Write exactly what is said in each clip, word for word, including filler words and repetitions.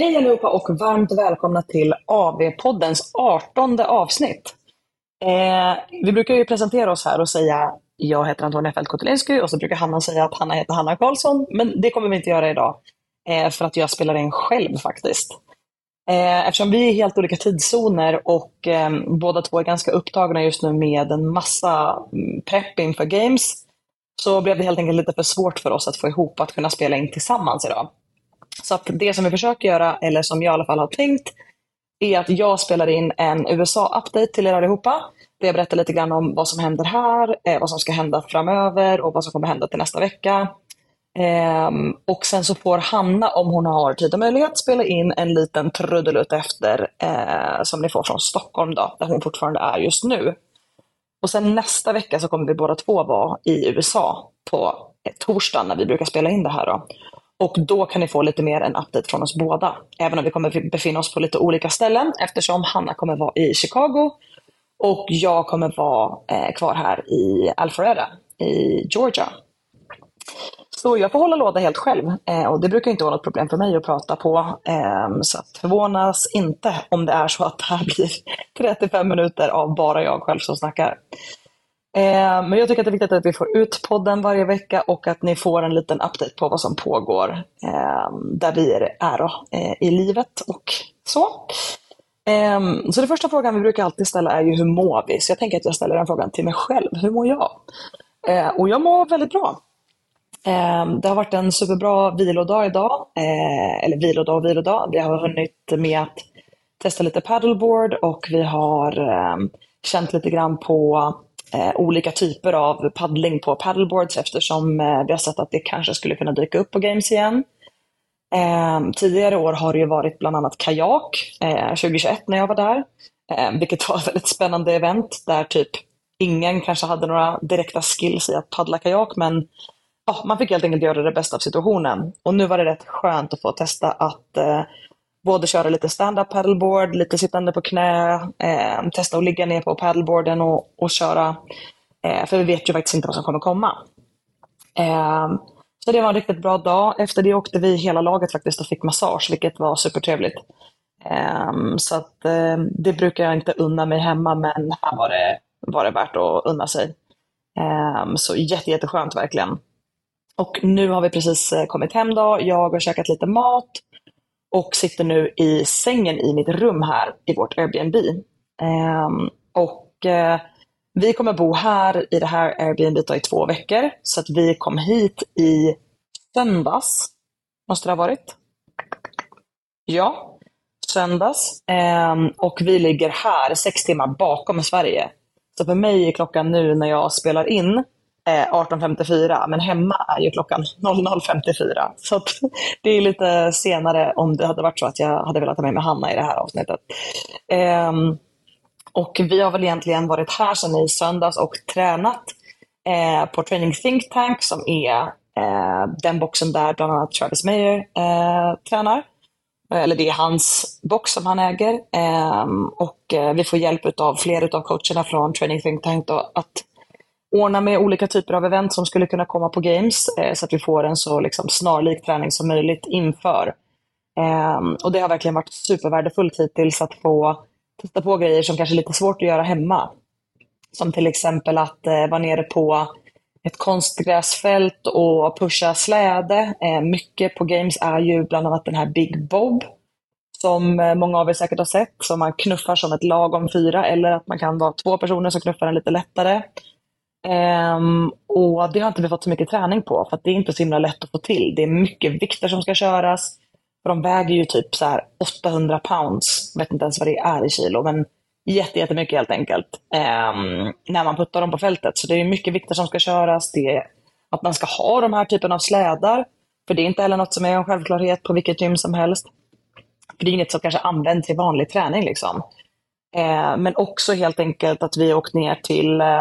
Hej allihopa och varmt välkomna till A V-poddens artonde avsnitt. Eh, vi brukar ju presentera oss här och säga jag heter Antonia Fältkotulinsky och så brukar Hanna säga att Hanna heter Hanna Karlsson, men det kommer vi inte göra idag eh, för att jag spelar in själv faktiskt. Eh, eftersom vi är i helt olika tidszoner och eh, båda två är ganska upptagna just nu med en massa mm, prep inför games, så blev det helt enkelt lite för svårt för oss att få ihop att kunna spela in tillsammans idag. Så att det som vi försöker göra, eller som jag i alla fall har tänkt, är att jag spelar in en U S A-update till er allihopa. Där jag berättar lite grann om vad som händer här, eh, vad som ska hända framöver och vad som kommer hända till nästa vecka. Ehm, och sen så får Hanna, om hon har tid och möjlighet, spela in en liten trudelutt efter eh, som ni får från Stockholm då, där hon fortfarande är just nu. Och sen nästa vecka så kommer vi båda två vara i U S A på torsdag när vi brukar spela in det här då. Och då kan ni få lite mer en update från oss båda. Även om vi kommer befinna oss på lite olika ställen. Eftersom Hanna kommer vara i Chicago. Och jag kommer vara eh, kvar här i Alpharetta i Georgia. Så jag får hålla låda helt själv. Eh, och det brukar inte vara något problem för mig att prata på. Eh, så att förvånas inte om det är så att det här blir trettiofem minuter av bara jag själv som snackar. Eh, men jag tycker att det är viktigt att vi får ut podden varje vecka och att ni får en liten update på vad som pågår eh, där vi är då, eh, i livet och så. Eh, så den första frågan vi brukar alltid ställa är ju hur mår vi? Så jag tänker att jag ställer den frågan till mig själv. Hur mår jag? Eh, och jag mår väldigt bra. Eh, det har varit en superbra vilodag idag. Eh, eller vilodag och vilodag. Vi har hunnit med att testa lite paddleboard och vi har eh, känt lite grann på Eh, olika typer av paddling på paddleboards eftersom eh, vi har sett att det kanske skulle kunna dyka upp på games igen. Eh, tidigare år har det ju varit bland annat kajak eh, tjugohundratjugoett när jag var där. Eh, vilket var ett väldigt spännande event där typ ingen kanske hade några direkta skills i att paddla kajak, men ja, man fick helt enkelt göra det bästa av situationen. Och nu var det rätt skönt att få testa att eh, både köra lite stand-up paddleboard, lite sittande på knä, eh, testa att ligga ner på paddleboarden och, och köra. Eh, för vi vet ju faktiskt inte vad som kommer komma. Eh, så det var en riktigt bra dag. Efter det åkte vi hela laget faktiskt och fick massage, vilket var supertrevligt. Eh, så att, eh, det brukar jag inte unna mig hemma, men här var det, var det värt att unna sig. Eh, så jätte, jätteskönt verkligen. Och nu har vi precis kommit hem då. Jag har käkat lite mat. Och sitter nu i sängen i mitt rum här i vårt Airbnb. Um, och uh, vi kommer bo här i det här Airbnb i två veckor. Så att vi kom hit i söndags. Måste det ha varit? Ja, söndags. Um, och vi ligger här sex timmar bakom Sverige. Så för mig är klockan nu när jag spelar in arton femtiofyra, men hemma är ju klockan noll noll femtiofyra. Så att det är lite senare om det hade varit så att jag hade velat ta med mig Hanna i det här avsnittet. Um, och vi har väl egentligen varit här sedan i söndags och tränat eh, på Training Think Tank som är eh, den boxen där bland annat Travis Mayer eh, tränar. Eller det är hans box som han äger. Um, och eh, vi får hjälp av flera av coacherna från Training Think Tank då, att ordna med olika typer av event som skulle kunna komma på games eh, så att vi får en så liksom, snarlik träning som möjligt inför. Eh, och det har verkligen varit supervärdefullt hittills att få testa på grejer som kanske är lite svårt att göra hemma. Som till exempel att eh, vara nere på ett konstgräsfält och pusha släde. Eh, mycket på games är ju bland annat den här Big Bob som eh, många av er säkert har sett. Som man knuffar som ett lag om fyra, eller att man kan vara två personer som knuffar den lite lättare. Um, och det har inte vi fått så mycket träning på för att det är inte så himla lätt att få till. Det är mycket vikter som ska köras. För de väger ju typ så här åttahundra pounds. Jag vet inte ens vad det är i kilo, men jätte, jättemycket helt enkelt um, när man puttar dem på fältet. Så det är mycket vikter som ska köras. Det är att man ska ha de här typen av slädar. För det är inte heller något som är en självklarhet på vilket gym som helst. För det är inget som kanske används till vanlig träning liksom. Uh, men också helt enkelt att vi åkt ner till uh,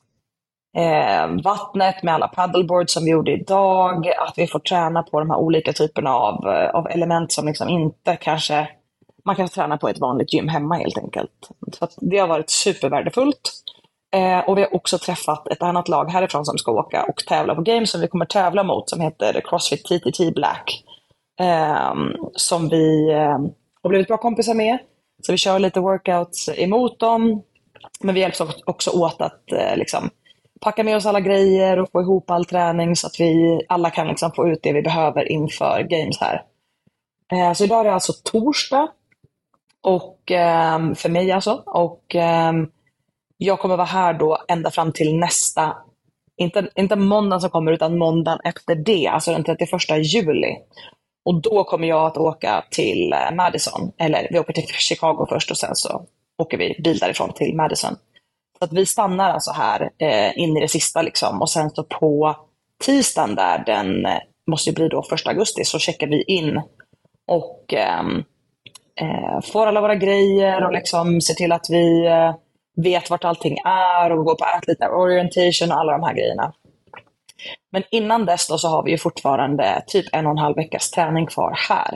Eh, vattnet med alla paddleboards som vi gjorde idag, att vi får träna på de här olika typerna av, av element som liksom inte kanske man kan träna på ett vanligt gym hemma helt enkelt. Så att det har varit supervärdefullt. Eh, och vi har också träffat ett annat lag härifrån som ska åka och tävla på games som vi kommer tävla mot som heter CrossFit T T T Black. eh, som vi eh, har blivit bra kompisar med. Så vi kör lite workouts emot dem. Men vi hjälps också åt att eh, liksom, packa med oss alla grejer och få ihop all träning så att vi alla kan liksom, få ut det vi behöver inför games här. Eh, så idag är det alltså torsdag. Och eh, för mig alltså. Och eh, jag kommer vara här då ända fram till nästa, inte, inte måndagen som kommer utan måndagen efter det, alltså den trettioförsta juli. Och då kommer jag att åka till eh, Madison, eller vi åker till Chicago först och sen så åker vi bil därifrån till Madison. Så att vi stannar alltså här eh, in i det sista liksom. Och sen så på tisdagen där, den eh, måste ju bli då första augusti, så checkar vi in och ehm, eh, får alla våra grejer och liksom ser till att vi eh, vet vart allting är och går på athlete orientation och alla de här grejerna. Men innan dess då så har vi ju fortfarande typ en och en halv veckas träning kvar här.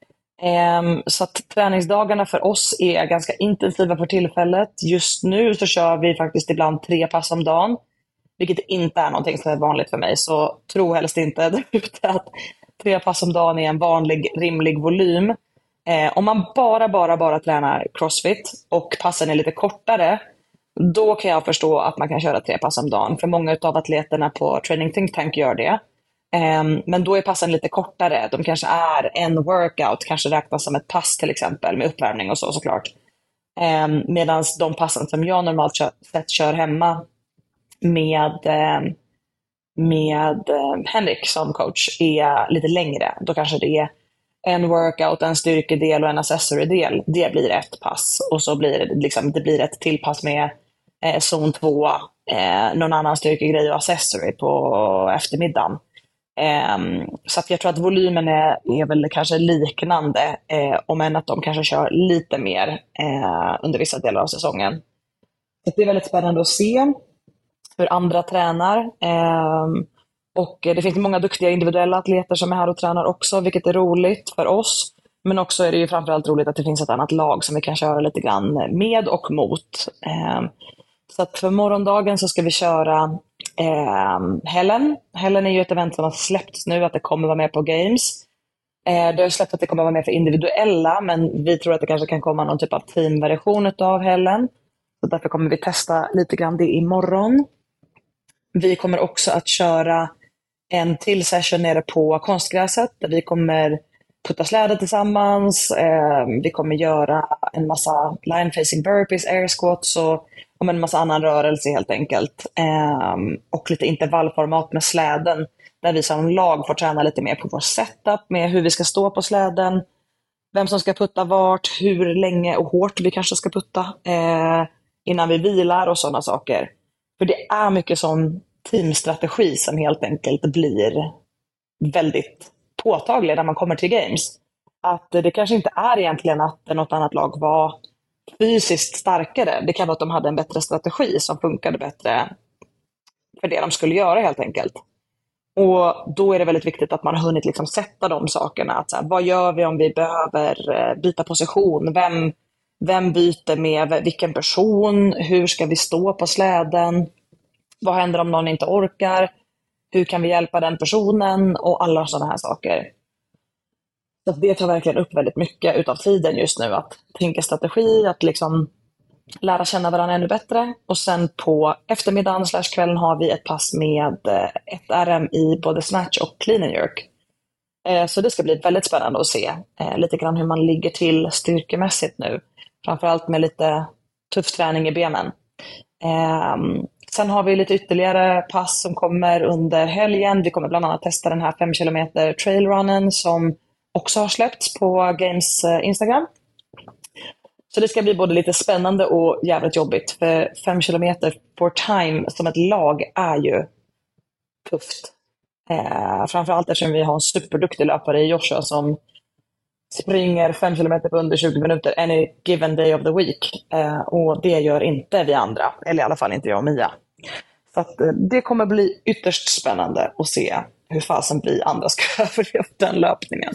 Um, så att träningsdagarna för oss är ganska intensiva för tillfället. Just nu så kör vi faktiskt ibland tre pass om dagen, vilket inte är någonting som är vanligt för mig. Så tro helst inte där ute att tre pass om dagen är en vanlig, rimlig volym. Eh, om man bara, bara, bara tränar crossfit och passen är lite kortare, då kan jag förstå att man kan köra tre pass om dagen. För många av atleterna på Training Think Tank gör det. Um, men då är passen lite kortare. De kanske är en workout, kanske räknas som ett pass till exempel, med uppvärmning och så såklart. Um, Medan de passen som jag normalt kör, sett kör hemma med, um, med um, Henrik som coach är lite längre. Då kanske det är en workout, en styrkedel och en accessory-del. Det blir ett pass. Och så blir det, liksom, det blir ett tillpass med eh, zon två, eh, någon annan styrkegrej och accessory på eftermiddagen. Um, så att jag tror att volymen är, är väl kanske liknande, eh, om än att de kanske kör lite mer eh, under vissa delar av säsongen. Så det är väldigt spännande att se hur andra tränar. Um, och det finns många duktiga individuella atleter som är här och tränar också, vilket är roligt för oss. Men också är det ju framförallt roligt att det finns ett annat lag som vi kan köra lite grann med och mot. Um, så att för morgondagen så ska vi köra Eh, Helen. Helen är ju ett event som har släppts nu att det kommer vara med på Games. Eh, det har släppt att det kommer vara med för individuella, men vi tror att det kanske kan komma någon typ av teamversion av Helen. Så därför kommer vi testa lite grann det imorgon. Vi kommer också att köra en till session nere på konstgräset där vi kommer putta släder tillsammans. Eh, vi kommer göra en massa line facing burpees, air squats och om en massa annan rörelse helt enkelt. Um, och lite intervallformat med släden. Där vi som lag får träna lite mer på vår setup. Med hur vi ska stå på släden. Vem som ska putta vart. Hur länge och hårt vi kanske ska putta. Uh, innan vi vilar och sådana saker. För det är mycket sån teamstrategi som helt enkelt blir väldigt påtaglig när man kommer till games. Att det kanske inte är egentligen att något annat lag var fysiskt starkare. Det kan vara att de hade en bättre strategi som funkade bättre för det de skulle göra helt enkelt. Och då är det väldigt viktigt att man har hunnit liksom sätta de sakerna. Att så här, vad gör vi om vi behöver byta position? Vem, vem byter med vilken person? Hur ska vi stå på släden? Vad händer om någon inte orkar? Hur kan vi hjälpa den personen? Och alla sådana här saker. Så det tar verkligen upp väldigt mycket utav tiden just nu. Att tänka strategi, att liksom lära känna varandra ännu bättre. Och sen på eftermiddagen slash kvällen har vi ett pass med ett R M i både snatch och clean and jerk. Så det ska bli väldigt spännande att se lite grann hur man ligger till styrkemässigt nu. Framförallt med lite tuff träning i benen. Sen har vi lite ytterligare pass som kommer under helgen. Vi kommer bland annat testa den här fem kilometer trailrunnen som också har släppts på Games Instagram. Så det ska bli både lite spännande och jävligt jobbigt. För fem kilometer for time som ett lag är ju tufft. Eh, framförallt eftersom vi har en superduktig löpare i Joshua som springer fem kilometer på under tjugo minuter any given day of the week. Eh, och det gör inte vi andra. Eller i alla fall inte jag och Mia. Så att, eh, det kommer bli ytterst spännande att se hur fasen vi andra ska överleva den löpningen.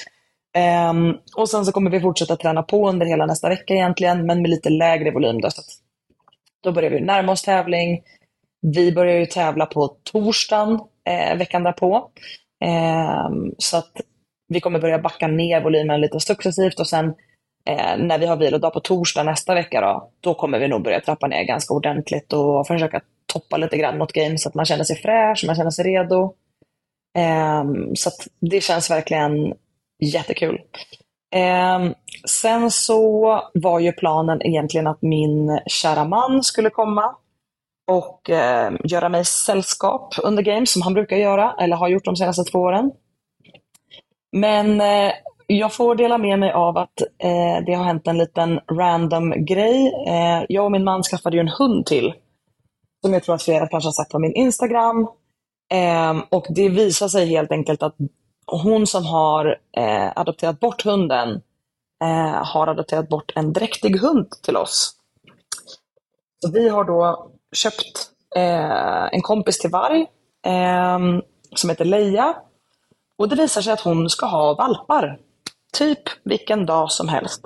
Um, och sen så kommer vi fortsätta träna på under hela nästa vecka egentligen, men med lite lägre volym då, så att då börjar vi närma oss tävling. Vi börjar ju tävla på torsdagen eh, veckan därpå. Um, så att vi kommer börja backa ner volymen lite successivt och sen eh, när vi har vilodag på torsdag nästa vecka då, då kommer vi nog börja trappa ner ganska ordentligt och försöka toppa lite grann mot game så att man känner sig fräsch, man känner sig redo. Eh, så att det känns verkligen jättekul. Eh, sen så var ju planen egentligen att min kära man skulle komma och eh, göra mig sällskap under games som han brukar göra eller har gjort de senaste två åren. Men eh, jag får dela med mig av att eh, det har hänt en liten random grej. Eh, jag och min man skaffade ju en hund till som jag tror att flera kanske har sett på min Instagram. Eh, och det visar sig helt enkelt att hon som har eh, adopterat bort hunden eh, har adopterat bort en dräktig hund till oss. Så vi har då köpt eh, en kompis till Varg eh, som heter Leia. Och det visar sig att hon ska ha valpar. Typ vilken dag som helst.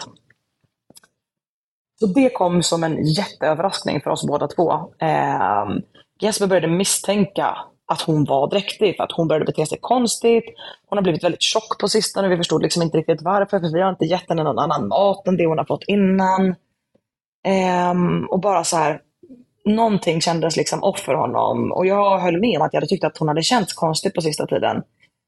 Så det kom som en jätteöverraskning för oss båda två. Eh, Jesper började misstänka att hon var dräktig för att hon började bete sig konstigt. Hon har blivit väldigt tjock på sistone och vi förstod liksom inte riktigt varför. För vi har inte gett henne någon annan mat än det hon har fått innan. Eh, och bara så här... Någonting kändes liksom off för honom. Och jag höll med om att jag hade tyckt att hon hade känts konstigt på sista tiden.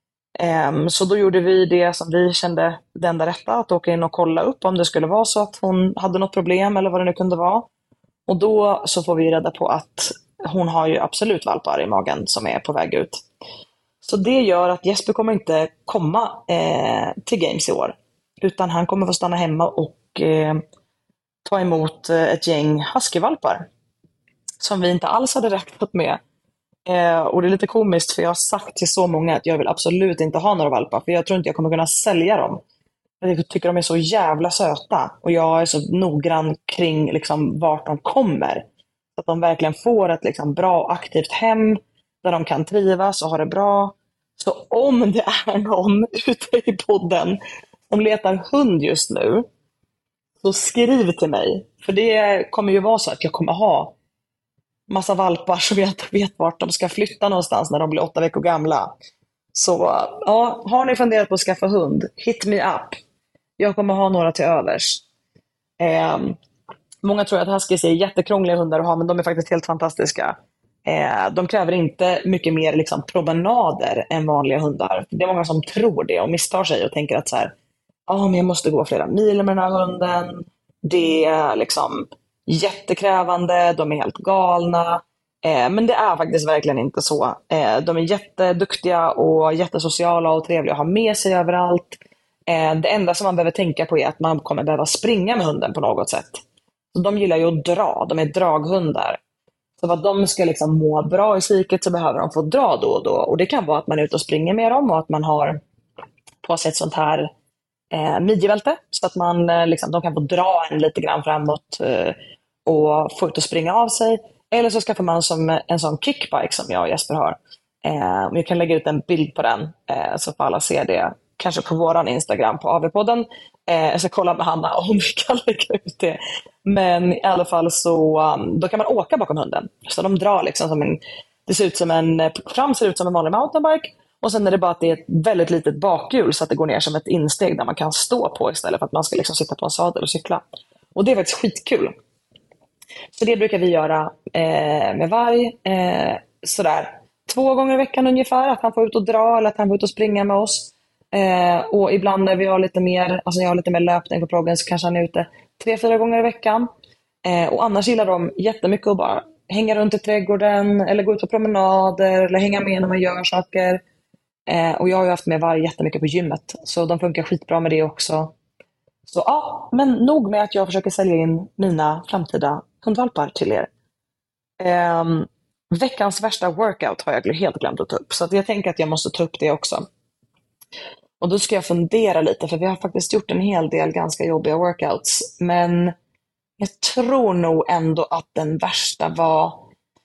Um, så då gjorde vi det som vi kände det enda rätta. Att åka in och kolla upp om det skulle vara så att hon hade något problem eller vad det nu kunde vara. Och då så får vi reda på att hon har ju absolut valpar i magen som är på väg ut. Så det gör att Jesper kommer inte komma eh, till games i år. Utan han kommer få stanna hemma och eh, ta emot ett gäng huskyvalpar. Som vi inte alls hade räknat med. Eh, och det är lite komiskt för jag har sagt till så många att jag vill absolut inte ha några valpar. För jag tror inte jag kommer kunna sälja dem. Jag tycker de är så jävla söta. Och jag är så noggrann kring liksom, vart de kommer. Så att de verkligen får ett liksom, bra och aktivt hem. Där de kan trivas och ha det bra. Så om det är någon ute i podden som letar hund just nu. Så skriv till mig. För det kommer ju vara så att jag kommer ha massa valpar som jag inte vet vart de ska flytta någonstans när de blir åtta veckor gamla. Så ja, har ni funderat på att skaffa hund? Hit me up. Jag kommer ha några till övers. Eh, många tror att huskies är jättekrångliga hundar att ha, men de är faktiskt helt fantastiska. Eh, de kräver inte mycket mer liksom, promenader än vanliga hundar. Det är många som tror det och misstar sig och tänker att så här, ah, men jag måste gå flera mil med den här hunden. Det är liksom jättekrävande, de är helt galna. Eh, men det är faktiskt verkligen inte så. Eh, de är jätteduktiga och jättesociala och trevliga att ha med sig överallt. Eh, det enda som man behöver tänka på är att man kommer behöva springa med hunden på något sätt. Så de gillar ju att dra, de är draghundar. Så för att de ska liksom må bra i psyket så behöver de få dra då och då. Och det kan vara att man är ute och springer med dem och att man har på sig ett sånt här eh, midjebälte. Så att man, eh, liksom, de kan få dra en lite grann framåt eh, och få ut och springa av sig. Eller så skaffar man som en sån kickbike som jag och Jesper har. Eh, vi kan lägga ut en bild på den eh, så får alla se det. Kanske på våran Instagram på A V-podden. Eh, jag ska kolla med Hanna om vi kan lägga ut det. Men i alla fall så um, då kan man åka bakom hunden. Så de drar liksom som en, det ser ut som en, fram ser ut som en vanlig mountainbike. Och sen är det bara att det är ett väldigt litet bakhjul så att det går ner som ett insteg där man kan stå på istället för att man ska liksom sitta på en sadel och cykla. Och det är faktiskt skitkul. Så det brukar vi göra eh, med Varg. Eh, sådär två gånger i veckan ungefär. Att han får ut och dra eller att han får ut och springa med oss. Eh, och ibland när vi har lite mer, alltså jag har lite mer löpning på proggen så kanske han är ute tre, fyra gånger i veckan. Eh, och annars gillar de jättemycket att bara hänga runt i trädgården eller gå ut på promenader eller hänga med när man gör saker. Eh, och jag har ju haft med Varg jättemycket på gymmet så de funkar skitbra med det också. Så ja, men nog med att jag försöker sälja in mina framtida hundvalpar till er. Eh, veckans värsta workout har jag helt glömt att ta upp så att jag tänker att jag måste ta upp det också. Och då ska jag fundera lite för vi har faktiskt gjort en hel del ganska jobbiga workouts. Men jag tror nog ändå att den värsta var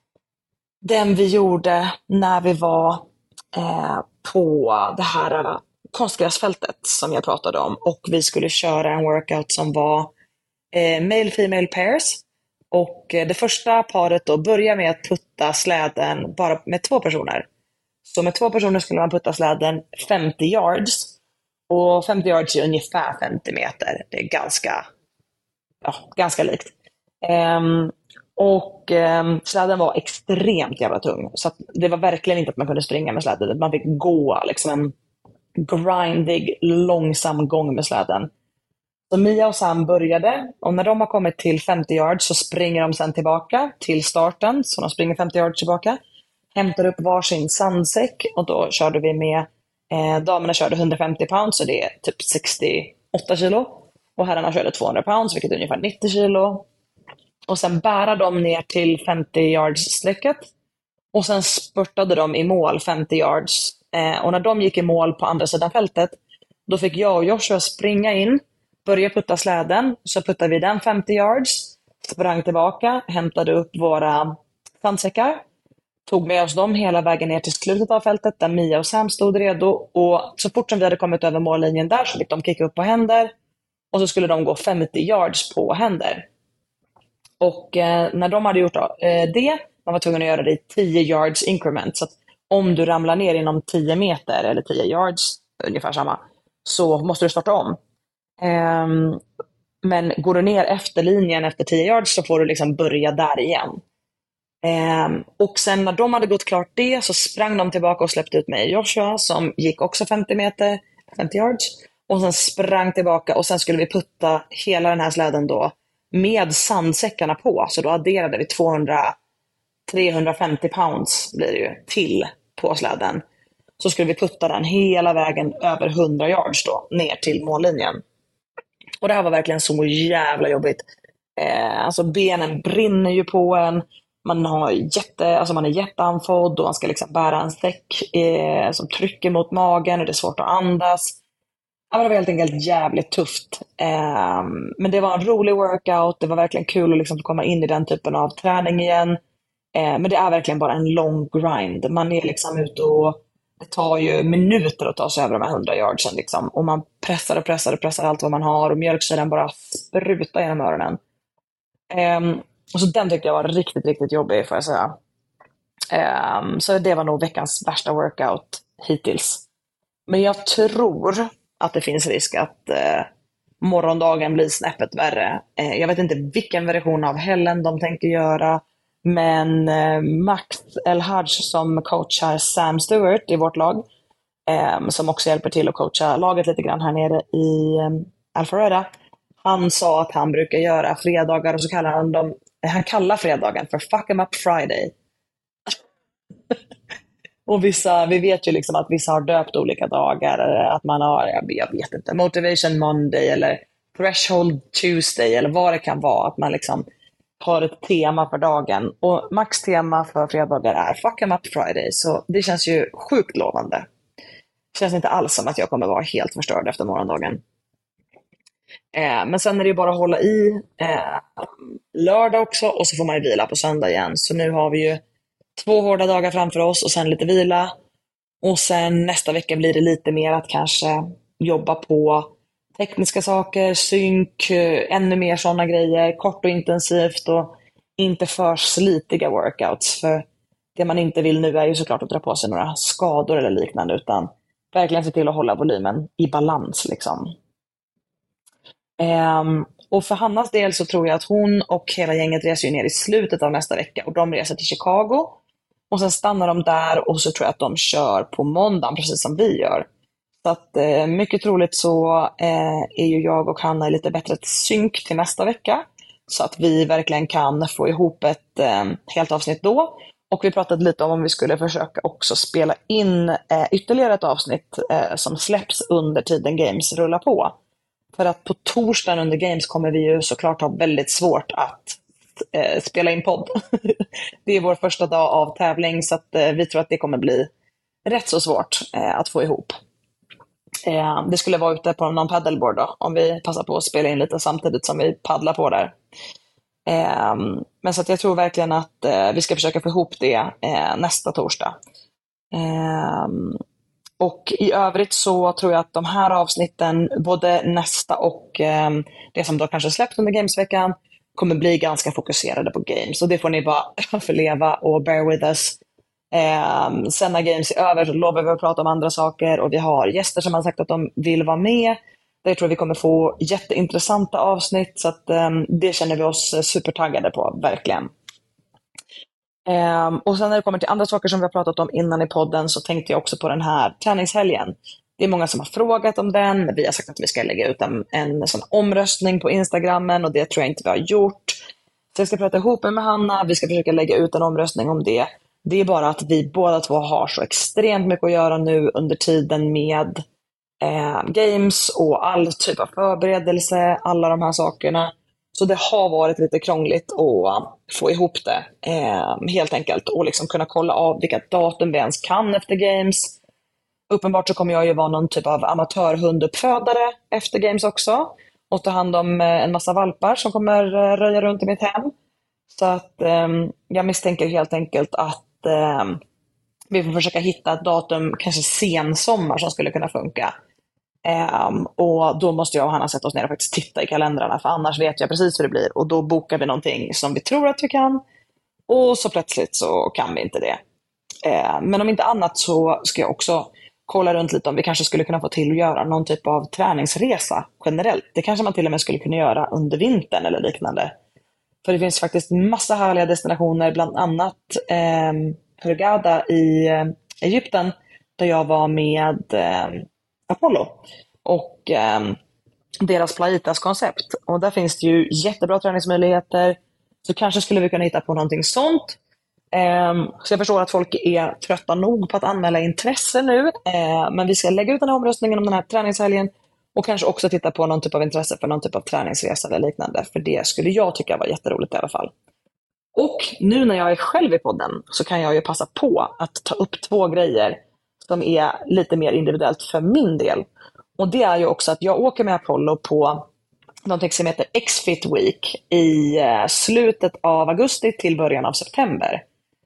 den vi gjorde när vi var eh, på det här konstgräsfältet som jag pratade om. Och vi skulle köra en workout som var eh, male-female pairs. Och eh, det första paret då börjar med att putta släden bara med två personer. Så med två personer skulle man putta släden femtio yards. Och femtio yards är ungefär femtio meter. Det är ganska, ja, ganska likt. Ehm, och ehm, släden var extremt jävla tung. Så att det var verkligen inte att man kunde springa med släden. Man fick gå liksom en grindig, långsam gång med släden. Så Mia och Sam började, och när de har kommit till femtio yards så springer de sen tillbaka till starten. Så de springer femtio yards tillbaka, hämtar upp varsin sandsäck, och då körde vi med, eh, damerna körde hundrafemtio pounds, så det är typ sextioåtta kilo. Och herrarna körde tvåhundra pounds, vilket är ungefär nittio kilo. Och sen bära dem ner till femtio yards sträcket. Och sen spurtade de i mål femtio yards. Eh, och när de gick i mål på andra sidan fältet, då fick jag och Joshua springa in, börja putta släden, så puttade vi den femtio yards, sprang tillbaka, hämtade upp våra sandsäckar, tog med oss dem hela vägen ner till slutet av fältet där Mia och Sam stod redo, och så fort som vi hade kommit över mållinjen där så fick de kicka upp på händer, och så skulle de gå femtio yards på händer. Och eh, när de hade gjort eh, det, man var tvungen att göra det i tio yards increment, så att om du ramlar ner inom tio meter eller tio yards, ungefär samma, så måste du starta om. Um, men går du ner efter linjen efter tio yards så får du liksom börja där igen. Um, och sen när de hade gått klart det så sprang de tillbaka och släppte ut mig och Joshua, som gick också femtio meter, femtio yards, och sen sprang tillbaka, och sen skulle vi putta hela den här släden då med sandsäckarna på, så då adderade vi tvåhundra trehundrafemtio pounds blir det ju till på släden. Så skulle vi putta den hela vägen över hundra yards då ner till mållinjen. Och det här var verkligen så jävla jobbigt. Eh, alltså benen brinner ju på en. Man, har jätte, alltså man är jätteanfodd och man ska liksom bära en säck eh, som trycker mot magen, och det är svårt att andas. Ja, det var helt enkelt jävligt tufft. Eh, men det var en rolig workout. Det var verkligen kul att liksom komma in i den typen av träning igen. Eh, men det är verkligen bara en lång grind. Man är liksom ute och det tar ju minuter att ta sig över de här hundra yardsen liksom. Och man pressar och pressar och pressar allt vad man har. Och mjölksyran bara sprutar genom öronen. Um, och så den tyckte jag var riktigt, riktigt jobbig, får jag säga. Um, så det var nog veckans värsta workout hittills. Men jag tror att det finns risk att uh, morgondagen blir snäppet värre. Uh, jag vet inte vilken version av Helen de tänker göra. Men eh, Max El-Haj som coachar Sam Stewart i vårt lag, eh, som också hjälper till att coacha laget lite grann här nere i eh, Alpharetta, han sa att han brukar göra fredagar, och så kallar han dem, han kallar fredagen för Fuck 'em up Friday. Och vissa, vi vet ju liksom att vissa har döpt olika dagar, att man har, jag vet inte, Motivation Monday eller Threshold Tuesday eller vad det kan vara, att man liksom har ett tema för dagen. Och Max tema för fredagar är Fuck 'em up Friday. Så det känns ju sjukt lovande. Det känns inte alls som att jag kommer vara helt förstörd efter morgondagen. Eh, men sen är det ju bara att hålla i eh, lördag också, och så får man ju vila på söndag igen. Så nu har vi ju två hårda dagar framför oss och sen lite vila. Och sen nästa vecka blir det lite mer att kanske jobba på tekniska saker, synk, ännu mer sådana grejer, kort och intensivt, och inte för slitiga workouts. För det man inte vill nu är ju såklart att dra på sig några skador eller liknande, utan verkligen se till att hålla volymen i balans liksom. Um, och för Hannas del så tror jag att hon och hela gänget reser ner i slutet av nästa vecka, och de reser till Chicago, och sen stannar de där, och så tror jag att de kör på måndag precis som vi gör. Så att eh, mycket troligt så eh, är ju jag och Hanna i lite bättre synk till nästa vecka, så att vi verkligen kan få ihop ett eh, helt avsnitt då. Och vi pratade lite om om vi skulle försöka också spela in eh, ytterligare ett avsnitt eh, som släpps under tiden Games rullar på. För att på torsdagen under Games kommer vi ju såklart ha väldigt svårt att eh, spela in podd. Det är vår första dag av tävling, så att eh, vi tror att det kommer bli rätt så svårt eh, att få ihop. Eh, det skulle vara ute på någon paddleboard då, om vi passar på att spela in lite samtidigt som vi paddlar på där. Eh, men så att jag tror verkligen att eh, vi ska försöka få ihop det eh, nästa torsdag. Eh, och i övrigt så tror jag att de här avsnitten, både nästa och eh, det som då kanske släpps under Gamesveckan, kommer bli ganska fokuserade på games. Och det får ni bara förleva och bear with us. Eh, sen när games är över så lovar vi att prata om andra saker och vi har gäster som har sagt att de vill vara med. Jag tror vi kommer få jätteintressanta avsnitt, så att, eh, det känner vi oss supertaggade på, verkligen. Eh, och sen när det kommer till andra saker som vi har pratat om innan i podden, så tänkte jag också på den här träningshelgen. Det är många som har frågat om den. Vi har sagt att vi ska lägga ut en, en sån omröstning på Instagrammen, och det tror jag inte vi har gjort. Så jag ska prata ihop med Hanna, vi ska försöka lägga ut en omröstning om det. Det är bara att vi båda två har så extremt mycket att göra nu under tiden med eh, games och all typ av förberedelse, alla de här sakerna. Så det har varit lite krångligt att få ihop det, eh, helt enkelt. Och liksom kunna kolla av vilka datum vi ens kan efter games. Uppenbart så kommer jag ju vara någon typ av amatörhunduppfödare efter games också. Och ta hand om en massa valpar som kommer röja runt i mitt hem. Så att eh, jag misstänker helt enkelt att eh, vi får försöka hitta ett datum, kanske sensommar, som skulle kunna funka. Um, och då måste jag och Hanna sätta oss ner och faktiskt titta i kalendrarna, för annars vet jag precis hur det blir. Och då bokar vi någonting som vi tror att vi kan, och så plötsligt så kan vi inte det. Uh, men om inte annat så ska jag också kolla runt lite om vi kanske skulle kunna få till att göra någon typ av träningsresa generellt. Det kanske man till och med skulle kunna göra under vintern eller liknande. För det finns faktiskt massa härliga destinationer, bland annat um, Hurghada i uh, Egypten, där jag var med um, Apollo och eh, deras Plaitas-koncept. Och där finns det ju jättebra träningsmöjligheter. Så kanske skulle vi kunna hitta på någonting sånt. Eh, så jag förstår att folk är trötta nog på att anmäla intresse nu. Eh, men vi ska lägga ut den här omröstningen om den här träningshelgen. Och kanske också titta på någon typ av intresse för någon typ av träningsresa eller liknande. För det skulle jag tycka var jätteroligt i alla fall. Och nu när jag är själv i podden så kan jag ju passa på att ta upp två grejer som är lite mer individuellt för min del. Och det är ju också att jag åker med Apollo på någonting som heter X-Fit Week i slutet av augusti till början av september.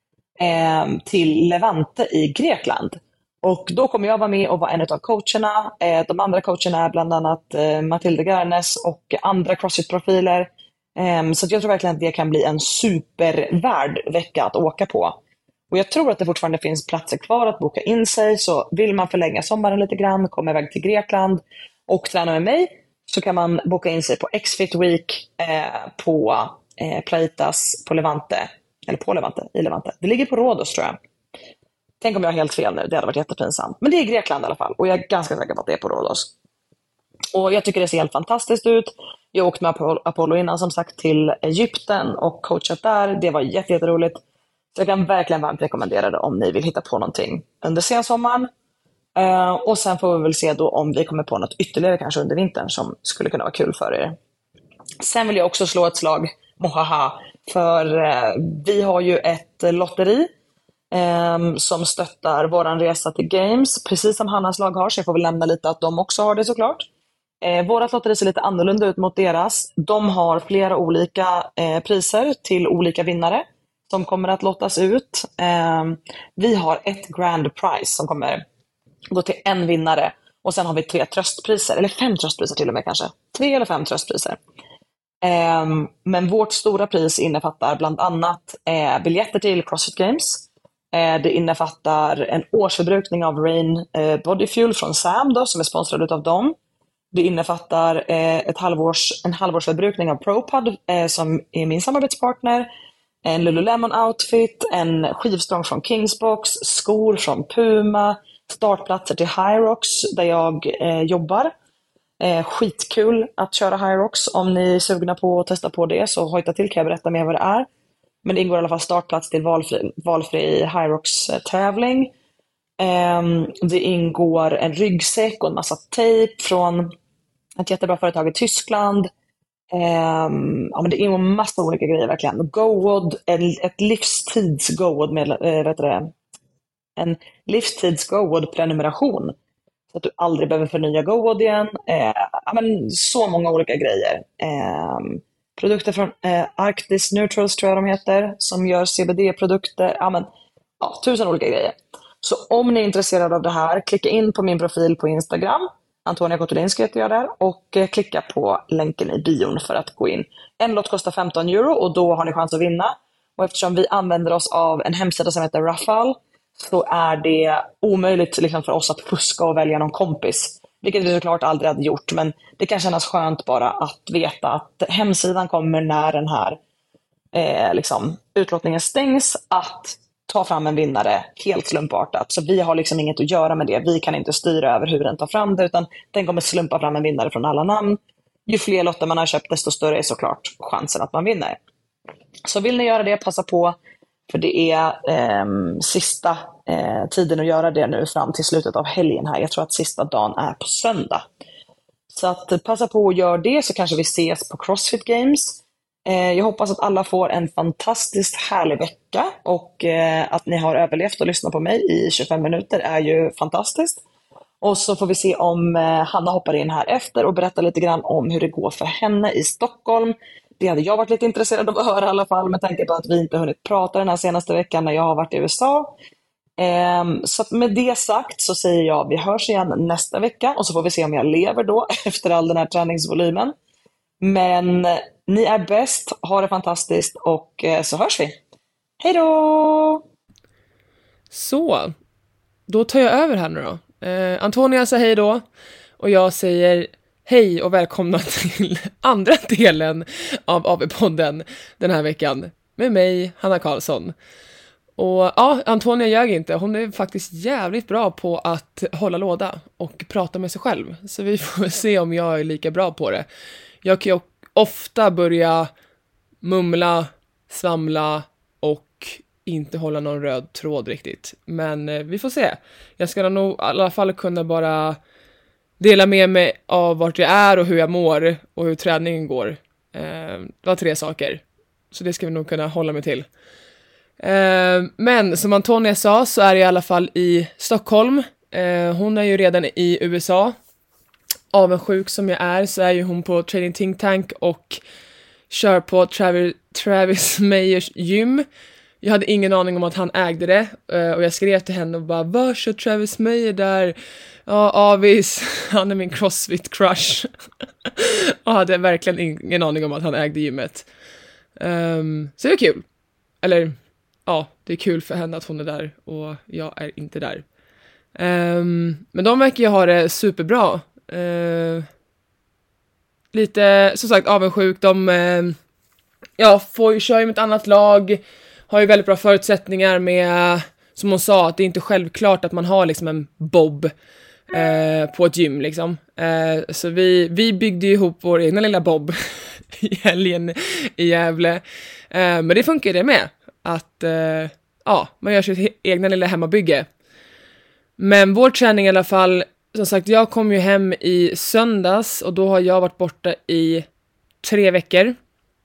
Eh, till Levante i Grekland. Och då kommer jag vara med och vara en av coacherna. Eh, de andra coacherna är bland annat eh, Matilda Garnes och andra CrossFit-profiler. Eh, så jag tror verkligen att det kan bli en supervärd vecka att åka på. Och jag tror att det fortfarande finns platser kvar att boka in sig. Så vill man förlänga sommaren lite grann, komma iväg till Grekland och träna med mig, så kan man boka in sig på X-Fit Week eh, på eh, Plaitas på Levante. Eller på Levante, i Levante. Det ligger på Rhodos, tror jag. Tänk om jag har helt fel nu, det hade varit jättepinsamt. Men det är i Grekland i alla fall, och jag är ganska säker på att det är på Rhodos. Och jag tycker det ser helt fantastiskt ut. Jag åkte med Apollo innan, som sagt, till Egypten och coachat där. Det var jätteroligt. Så jag kan verkligen varmt rekommendera det om ni vill hitta på någonting under sensommaren. Uh, och sen får vi väl se då om vi kommer på något ytterligare kanske under vintern som skulle kunna vara kul för er. Sen vill jag också slå ett slag, mohaha, för uh, vi har ju ett lotteri um, som stöttar våran resa till Games, precis som Hannas lag har, så jag får väl nämna lite att de också har det såklart. Uh, vårat lotteri ser lite annorlunda ut mot deras. De har flera olika uh, priser till olika vinnare som kommer att lottas ut. Um, vi har ett grand prize som kommer gå till en vinnare. Och sen har vi tre tröstpriser, eller fem tröstpriser till och med kanske. Tre eller fem tröstpriser. Um, men vårt stora pris innefattar bland annat eh, biljetter till CrossFit Games. Eh, det innefattar en årsförbrukning av Rain eh, Body Fuel från Sam då, som är sponsrad av dem. Det innefattar eh, ett halvårs, en halvårsförbrukning av ProPud eh, som är min samarbetspartner. En Lululemon outfit, en skivstång från Kingsbox, skor från Puma, startplatser till Hyrox där jag eh, jobbar. Eh, skitkul att köra Hyrox. Om ni är sugna på att testa på det, så hojta till, kan jag berätta mer vad det är. Men det ingår i alla fall startplats till valfri, valfri Hyrox-tävling. Eh, det ingår en ryggsäck och en massa tejp från ett jättebra företag i Tyskland. Um, ja, men det är en massa olika grejer verkligen. GoWood, ett livstids GoWood med, äh, vet du det? En livstids GoWood prenumeration, så att du aldrig behöver förnya GoWood igen. Uh, ja, men så många olika grejer. Um, produkter från uh, Arctis Neutrals tror jag de heter, som gör C B D-produkter. Ja, men, ja, tusen olika grejer. Så om ni är intresserade av det här, klicka in på min profil på Instagram. Antonia Kotulinski heter jag där, och eh, klicka på länken i bion för att gå in. En lott kostar femton euro och då har ni chans att vinna. Och eftersom vi använder oss av en hemsida som heter Raffle, så är det omöjligt liksom, för oss att fuska och välja någon kompis. Vilket vi såklart aldrig hade gjort, men det kan kännas skönt bara att veta att hemsidan kommer när den här eh, liksom, utlottningen stängs att ta fram en vinnare helt slumpartat. Så vi har liksom inget att göra med det. Vi kan inte styra över hur den tar fram det, utan den kommer slumpa fram en vinnare från alla namn. Ju fler lotter man har köpt, desto större är såklart chansen att man vinner. Så vill ni göra det, passa på. För det är eh, sista eh, tiden att göra det nu fram till slutet av helgen här. Jag tror att sista dagen är på söndag. Så att passa på och gör det, så kanske vi ses på CrossFit Games. Eh, jag hoppas att alla får en fantastiskt härlig vecka. Och eh, att ni har överlevt och lyssnat på mig i tjugofem minuter är ju fantastiskt. Och så får vi se om eh, Hanna hoppar in här efter och berättar lite grann om hur det går för henne i Stockholm. Det hade jag varit lite intresserad av att höra i alla fall, med tanke på att vi inte hunnit prata den här senaste veckan när jag har varit i U S A. Um, så med det sagt så säger jag vi hörs igen nästa vecka, och så får vi se om jag lever då efter all den här träningsvolymen. Men ni är bäst, ha det fantastiskt, och uh, så hörs vi. Hej då! Så, då tar jag över här nu då. Eh, Antonia säger hej då, och jag säger hej och välkomna till andra delen av A V-podden den här veckan med mig, Hanna Karlsson. Och ja, Antonia ljög inte. Hon är faktiskt jävligt bra på att hålla låda och prata med sig själv. Så vi får se om jag är lika bra på det. Jag kan ju ofta börja mumla, svamla och inte hålla någon röd tråd riktigt. Men eh, vi får se. Jag ska nog i alla fall kunna bara dela med mig av vart jag är och hur jag mår och hur träningen går. Eh, det var tre saker. Så det ska vi nog kunna hålla mig till. Eh, men som Antonia sa så är jag i alla fall i Stockholm. Eh, hon är ju redan i U S A. Avundsjuk som jag är så är ju hon på Training Think Tank och kör på Travis, Travis Mayers gym. Jag hade ingen aning om att han ägde det. Uh, och jag skrev till henne och bara, var kör Travis Mayer där? Ja, Avis, han är min CrossFit-crush. Och hade verkligen ingen aning om att han ägde gymmet. Um, så det är kul. Eller, ja, det är kul för henne att hon är där och jag är inte där. Um, men de verkar ju ha det superbra. Uh, lite, som sagt, avundsjuk. De uh, ja, får ju köra med ett annat lag. Har ju väldigt bra förutsättningar med, som hon sa, att det är inte självklart att man har liksom en bob eh, på ett gym liksom. Eh, så vi, vi byggde ju ihop vår egna lilla bob i helgen i Gävle. Eh, men det funkar det med. Att eh, ja, man gör sitt egna lilla hemmabygge. Men vår träning i alla fall, som sagt, jag kom ju hem i söndags och då har jag varit borta i tre veckor.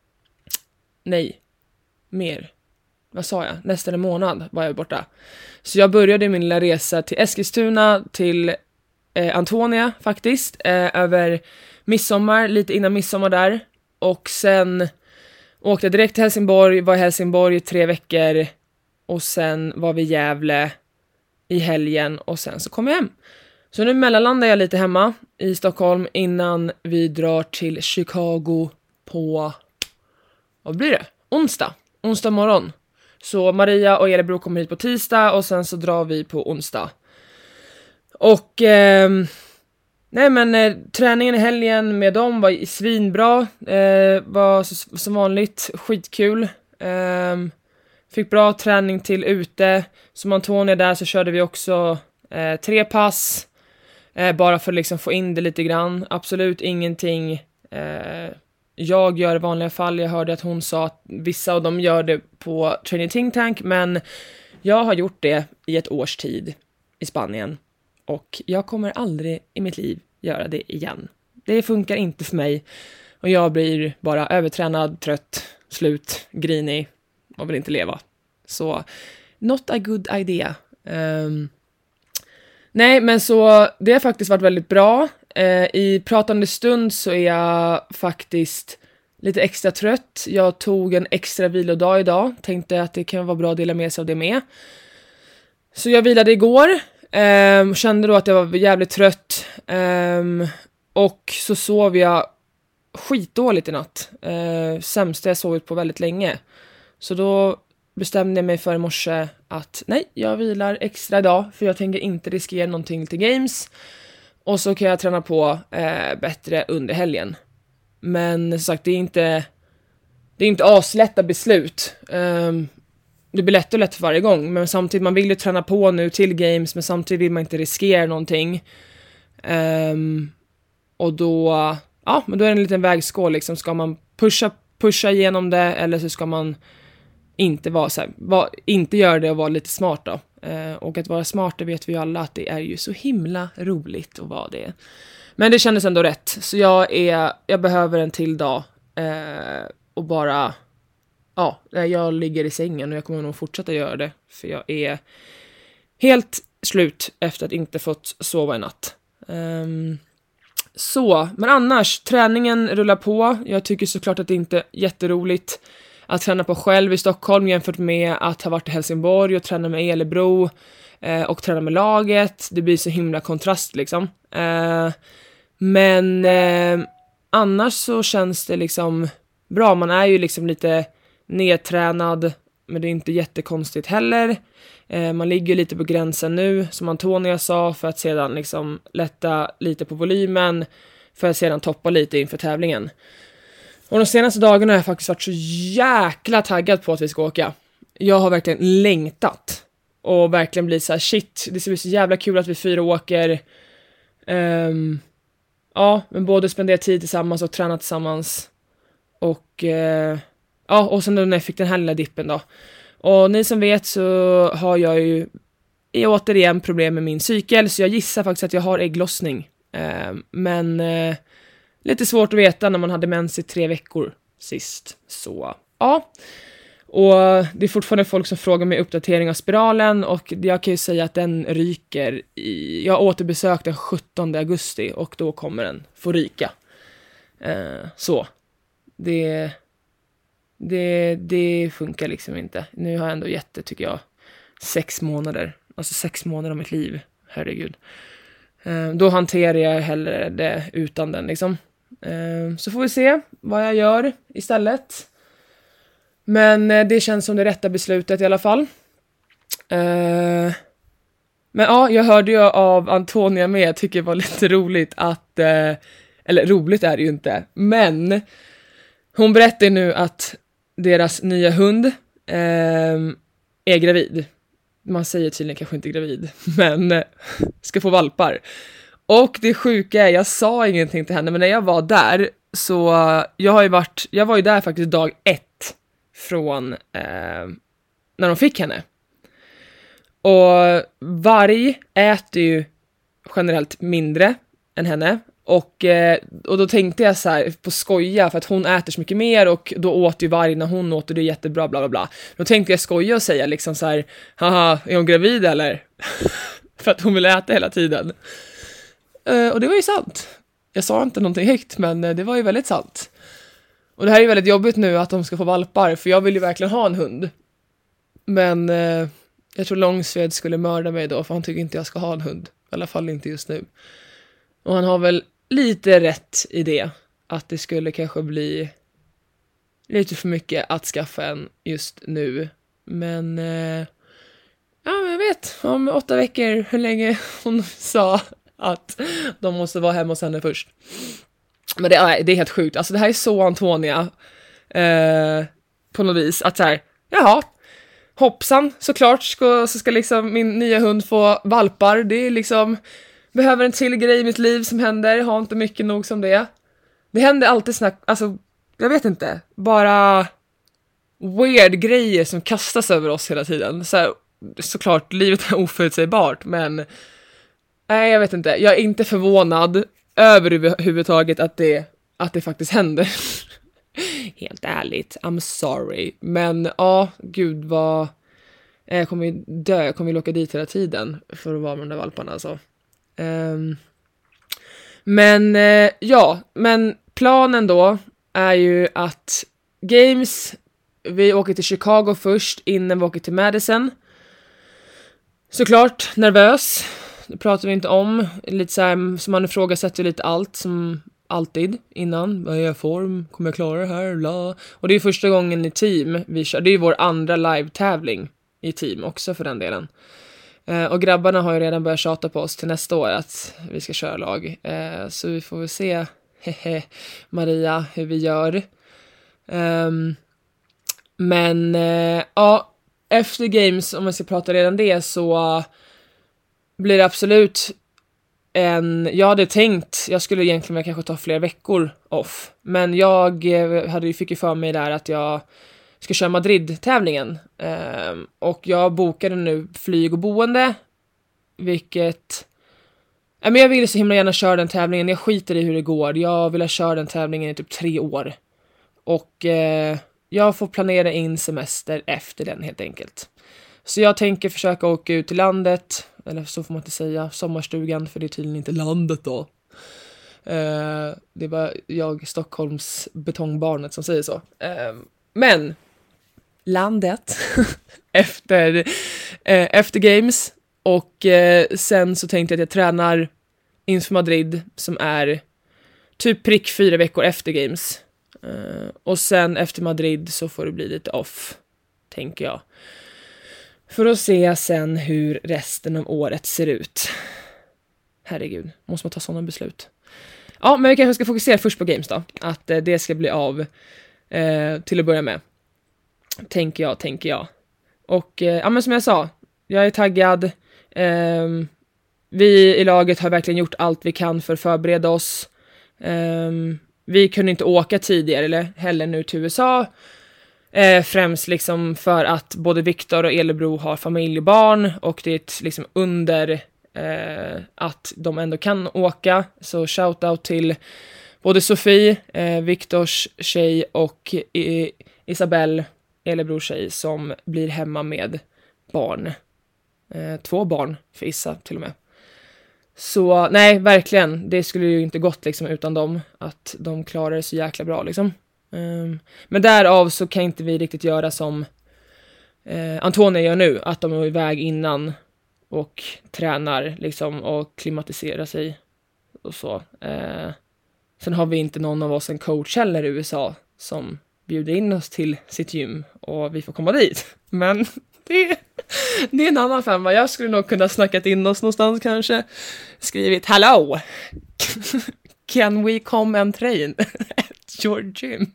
Nej, mer. Vad sa jag? Nästan en månad var jag borta. Så jag började min lilla resa till Eskilstuna, till eh, Antonia faktiskt. Eh, över midsommar, lite innan midsommar där. Och sen åkte jag direkt till Helsingborg, var i Helsingborg i tre veckor. Och sen var vi i Gävle i helgen och sen så kom jag hem. Så nu mellanlandar jag lite hemma i Stockholm innan vi drar till Chicago på, vad blir det? Onsdag. Onsdag morgon. Så Maria och Erebro kommer hit på tisdag och sen så drar vi på onsdag. Och eh, nej men eh, träningen i helgen med dem var svinbra. Eh, var så, som vanligt skitkul. Eh, fick bra träning till ute. Som Antonia där så körde vi också eh, tre pass. Eh, bara för att liksom få in det lite grann. Absolut ingenting eh, jag gör i vanliga fall. Jag hörde att hon sa att vissa av dem gör det på Training Think Tank. Men jag har gjort det i ett års tid i Spanien. Och jag kommer aldrig i mitt liv göra det igen. Det funkar inte för mig. Och jag blir bara övertränad, trött, slut, grinig och vill inte leva. Så, not a good idea. Um, nej, men så det har faktiskt varit väldigt bra. Uh, I pratande stund så är jag faktiskt lite extra trött. Jag tog en extra vilodag idag. Tänkte att det kan vara bra att dela med sig av det med. Så jag vilade igår. Um, kände då att jag var jävligt trött. Um, och så sov jag skitdåligt i natt. Uh, sämsta jag sovit på väldigt länge. Så då bestämde jag mig för i morse att nej, jag vilar extra idag för jag tänker inte riskera någonting till games. Och så kan jag träna på eh, bättre under helgen. Men som sagt, det är inte det är inte aslätta beslut. Um, det blir lätt och lätt för varje gång. Men samtidigt, man vill ju träna på nu till games, men samtidigt vill man inte riskera någonting. Um, och då, ja, men då är det en liten vägskål liksom. Ska man pusha, pusha igenom det, eller så ska man inte vara så här, var, inte göra det och vara lite smart då. Uh, och att vara smart, det vet vi ju alla att det är ju så himla roligt att vara det. Men det kändes ändå rätt. Så jag är, jag behöver en till dag. Uh, och bara, ja, jag ligger i sängen och jag kommer nog fortsätta göra det. För jag är helt slut efter att inte fått sova i natt. Um, så, men annars, träningen rullar på. Jag tycker såklart att det inte är jätteroligt att träna på själv i Stockholm jämfört med att ha varit i Helsingborg och träna med Elebro eh, och träna med laget. Det blir så himla kontrast liksom. Eh, men eh, annars så känns det liksom bra. Man är ju liksom lite nedtränad, men det är inte jättekonstigt heller. Eh, man ligger lite på gränsen nu, som Antonia sa, för att sedan liksom lätta lite på volymen, för att sedan toppa lite inför tävlingen. Och de senaste dagarna har jag faktiskt varit så jäkla taggad på att vi ska åka. Jag har verkligen längtat. Och verkligen blivit så här, shit, det ska bli så jävla kul att vi fyra åker. Um, ja, men både spendera tid tillsammans och träna tillsammans. Och uh, ja, och sen när jag fick den här lilla dippen då. Och ni som vet så har jag ju återigen problem med min cykel. Så jag gissar faktiskt att jag har ägglossning. Uh, men... Uh, Lite svårt att veta när man hade mens i tre veckor sist. Så, ja. Och det är fortfarande folk som frågar mig uppdatering av spiralen. Och jag kan ju säga att den ryker i... Jag återbesökte den sjuttonde augusti och då kommer den få ryka. Eh, så. Det, det, det funkar liksom inte. Nu har jag ändå gett det, tycker jag, sex månader. Alltså sex månader av mitt liv. Herregud. Eh, då hanterar jag hellre det utan den liksom. Så får vi se vad jag gör istället. Men det känns som det rätta beslutet i alla fall. Men ja, jag hörde ju av Antonia med. Jag tycker det var lite roligt att... Eller roligt är det ju inte. Men hon berättar nu att deras nya hund är gravid. Man säger tydligen kanske inte gravid, men ska få valpar. Och det sjuka är, jag sa ingenting till henne, men när jag var där så, jag har ju varit, jag var ju där faktiskt dag ett från eh, när de fick henne. Och varg äter ju generellt mindre än henne. Och, eh, och då tänkte jag så här på skoja, för att hon äter så mycket mer och då åt ju varg när hon åt, och det är jättebra, bla bla bla. Då tänkte jag skoja och säga liksom så här, haha, är hon gravid eller? För att hon vill äta hela tiden. Uh, och det var ju sant. Jag sa inte någonting högt, men uh, det var ju väldigt sant. Och det här är ju väldigt jobbigt nu att de ska få valpar, för jag vill ju verkligen ha en hund. Men uh, jag tror Långsved skulle mörda mig då, för han tycker inte jag ska ha en hund. I alla fall inte just nu. Och han har väl lite rätt i det. Att det skulle kanske bli lite för mycket att skaffa en just nu. Men uh, ja, men jag vet. Om åtta veckor, hur länge hon sa att de måste vara hemma hos henne först. Men det är, det är helt sjukt. Alltså det här är så Antonia. Eh, på något vis. Att så här, jaha. Hoppsan, såklart ska, så ska liksom min nya hund få valpar. Det är liksom, behöver en till grej i mitt liv som händer. Har inte mycket nog som det. Det händer alltid snack, alltså jag vet inte. Bara weird grejer som kastas över oss hela tiden. Så här, såklart, livet är oförutsägbart, men nej, jag vet inte. Jag är inte förvånad överhuvudtaget att det, att det faktiskt händer. Helt ärligt, I'm sorry. Men ja, gud vad... Jag kommer ju dö, jag kommer ju åka dit hela tiden för att vara med de där valparna alltså. Um, men uh, ja, men planen då är ju att Games, vi åker till Chicago först innan vi åker till Madison. Såklart, nervös. Det pratar vi inte om. Lite så här, som man ifrågasätter lite allt som alltid innan. Vad är jag i form? Kommer jag klara det här? Bla. Och det är första gången i team vi kör. Det är vår andra live-tävling i team också för den delen. Eh, och grabbarna har ju redan börjat tjata på oss till nästa år att vi ska köra lag. Eh, så vi får väl se, hehe, Maria, hur vi gör. Um, men uh, ja, efter games, om man ska prata redan det, så uh, blir det absolut en, jag hade tänkt, jag skulle egentligen kanske ta fler veckor off, men jag uh, hade ju fick ju för mig där att jag ska köra Madrid-tävlingen, uh, och jag bokade nu flyg och boende, vilket uh, men jag ville så himla gärna köra den tävlingen. Jag skiter i hur det går, jag vill köra den tävlingen i typ tre år. Och eh, jag får planera in semester efter den helt enkelt. Så jag tänker försöka åka ut till landet. Eller så får man inte säga sommarstugan, för det är tydligen inte landet då. Eh, det är bara jag, Stockholms betongbarnet, som säger så. Eh, men landet efter, eh, efter games. Och eh, sen så tänkte jag att jag tränar inför Madrid, som är typ prick fyra veckor efter games. Uh, och sen efter Madrid så får det bli lite off, tänker jag. För att se sen hur resten av året ser ut. Herregud, måste man ta sådana beslut. Ja, men vi kanske ska fokusera först på games då. Att uh, det ska bli av uh, till att börja med. Tänker jag, tänker jag. Och uh, ja, men som jag sa, jag är taggad. Uh, vi i laget har verkligen gjort allt vi kan för att förbereda oss. Um, Vi kunde inte åka tidigare eller heller nu till U S A. Eh, främst liksom för att både Viktor och Elebro har familj och barn. Och det är ett, liksom under eh, att de ändå kan åka. Så shoutout till både Sofie, eh, Viktors tjej, och I- Isabelle, Elebrors tjej, som blir hemma med barn. Eh, två barn för Issa till och med. Så nej, verkligen, det skulle ju inte gått liksom utan dem, att de klarar det så jäkla bra liksom. Um, men därav så kan inte vi riktigt göra som uh, Antonia gör nu, att de är iväg innan och tränar liksom och klimatiserar sig och så. Uh, sen har vi inte någon av oss en coach heller i U S A som bjuder in oss till sitt gym och vi får komma dit. Men det, det är en annan femma. Jag skulle nog kunna snackat in oss någonstans kanske. Skrivit, hello, can we come and train at your gym?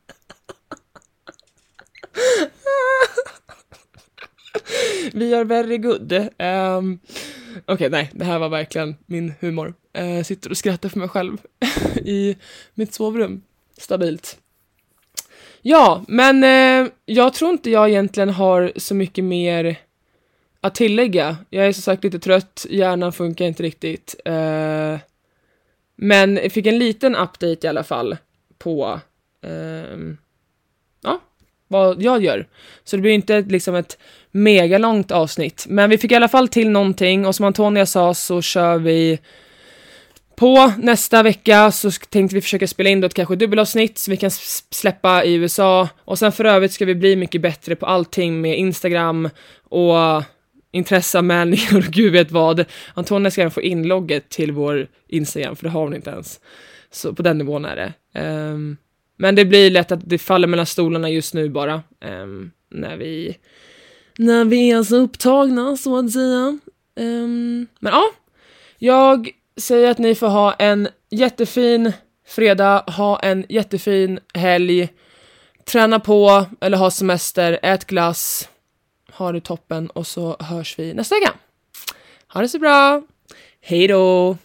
Vi are very good. Um, Okej, okay, nej, det här var verkligen min humor. Uh, sitter och skrattar för mig själv i mitt sovrum. Stabilt. Ja, men eh, jag tror inte jag egentligen har så mycket mer att tillägga. Jag är som sagt lite trött, hjärnan funkar inte riktigt. Eh, men jag fick en liten update i alla fall på eh, ja, vad jag gör. Så det blir inte liksom ett mega långt avsnitt. Men vi fick i alla fall till någonting, och som Antonia sa så kör vi på nästa vecka, så tänkte vi försöka spela in då ett kanske dubbelavsnitt så vi kan släppa i U S A. Och sen för övrigt ska vi bli mycket bättre på allting med Instagram och intresseanmälningar och gud vet vad. Antonia ska få inlogget till vår Instagram, för det har hon inte ens. Så på den nivån är det. Um, men det blir lätt att det faller mellan stolarna just nu bara. Um, när vi när vi är så upptagna, så att säga. Um, men ja, jag säger att ni får ha en jättefin fredag, ha en jättefin helg, träna på eller ha semester, ät glass, ha det toppen, och så hörs vi nästa vecka. Ha det så bra, hej då!